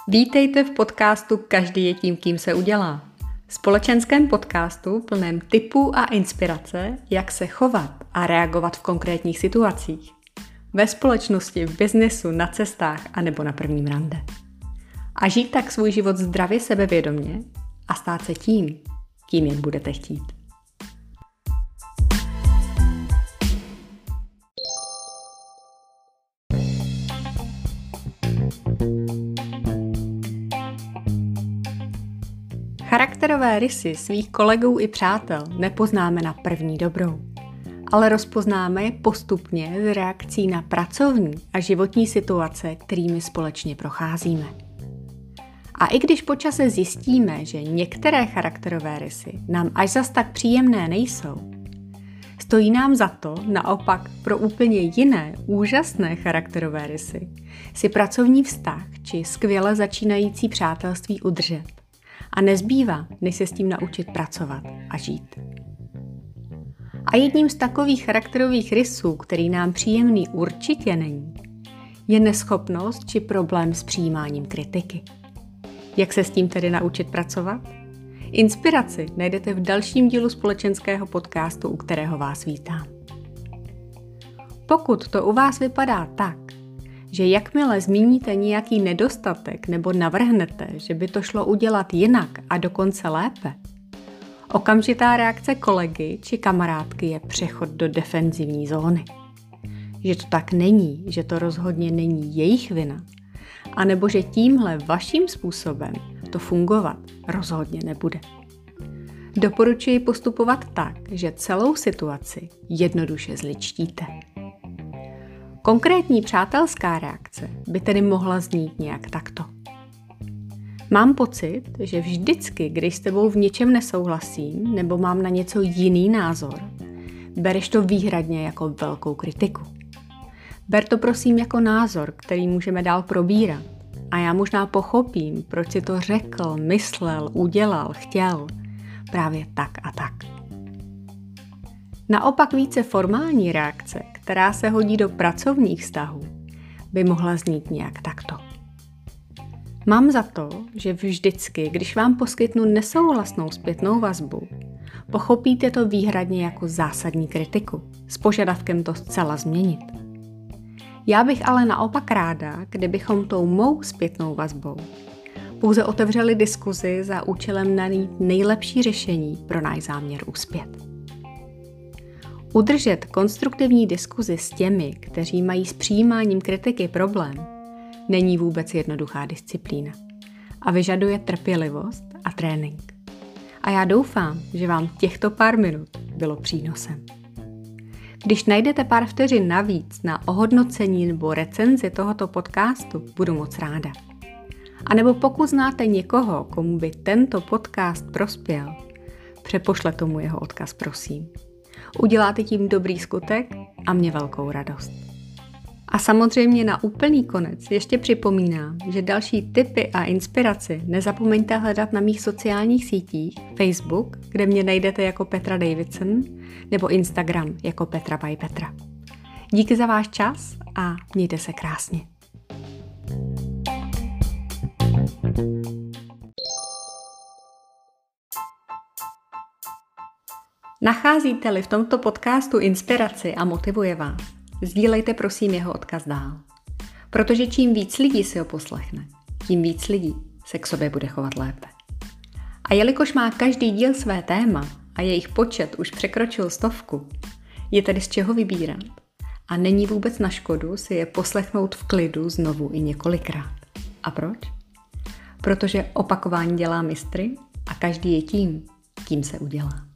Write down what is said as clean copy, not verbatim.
Vítejte v podcastu Každý je tím, kým se udělá. Společenském podcastu plném tipů a inspirace, jak se chovat a reagovat v konkrétních situacích. Ve společnosti, v biznesu, na cestách a nebo na prvním rande. A žít tak svůj život zdravě sebevědomě a stát se tím, kým jen budete chtít. Charakterové rysy svých kolegů i přátel nepoznáme na první dobrou, ale rozpoznáme je postupně z reakcí na pracovní a životní situace, kterými společně procházíme. A i když po čase zjistíme, že některé charakterové rysy nám až zas tak příjemné nejsou, stojí nám za to naopak pro úplně jiné, úžasné charakterové rysy si pracovní vztah či skvěle začínající přátelství udržet. A nezbývá, než se s tím naučit pracovat a žít. A jedním z takových charakterových rysů, který nám příjemný určitě není, je neschopnost či problém s přijímáním kritiky. Jak se s tím tedy naučit pracovat? Inspiraci najdete v dalším dílu společenského podcastu, u kterého vás vítám. Pokud to u vás vypadá tak, že jakmile zmíníte nějaký nedostatek nebo navrhnete, že by to šlo udělat jinak a dokonce lépe, okamžitá reakce kolegy či kamarádky je přechod do defenzivní zóny. Že to tak není, že to rozhodně není jejich vina, anebo že tímhle vaším způsobem to fungovat rozhodně nebude. Doporučuji postupovat tak, že celou situaci jednoduše zličtíte. Konkrétní přátelská reakce by tedy mohla znít nějak takto. Mám pocit, že vždycky, když s tebou v něčem nesouhlasím nebo mám na něco jiný názor, bereš to výhradně jako velkou kritiku. Ber to prosím jako názor, který můžeme dál probírat. A já možná pochopím, proč si to řekl, myslel, udělal, chtěl. Právě tak a tak. Naopak více formální reakce, která se hodí do pracovních vztahů, by mohla znít nějak takto. Mám za to, že vždycky, když vám poskytnu nesouhlasnou zpětnou vazbu, pochopíte to výhradně jako zásadní kritiku, s požadavkem to zcela změnit. Já bych ale naopak ráda, kdybychom tou mou zpětnou vazbou pouze otevřeli diskuzi za účelem najít nejlepší řešení pro náš záměr uspět. Udržet konstruktivní diskuzi s těmi, kteří mají s přijímáním kritiky problém, není vůbec jednoduchá disciplína a vyžaduje trpělivost a trénink. A já doufám, že vám těchto pár minut bylo přínosem. Když najdete pár vteřin navíc na ohodnocení nebo recenzi tohoto podcastu, budu moc ráda. A nebo pokud znáte někoho, komu by tento podcast prospěl, přepošlete mu jeho odkaz, prosím. Uděláte tím dobrý skutek a mě velkou radost. A samozřejmě na úplný konec ještě připomínám, že další tipy a inspiraci nezapomeňte hledat na mých sociálních sítích Facebook, kde mě najdete jako Petra Davidson, nebo Instagram jako Petra by Petra. Díky za váš čas a mějte se krásně. Nacházíte-li v tomto podcastu inspiraci a motivuje vás, sdílejte prosím jeho odkaz dál. Protože čím víc lidí si ho poslechne, tím víc lidí se k sobě bude chovat lépe. A jelikož má každý díl své téma a jejich počet už překročil 100, je tedy z čeho vybírat. A není vůbec na škodu si je poslechnout v klidu znovu i několikrát. A proč? Protože opakování dělá mistry a každý je tím, kým se udělá.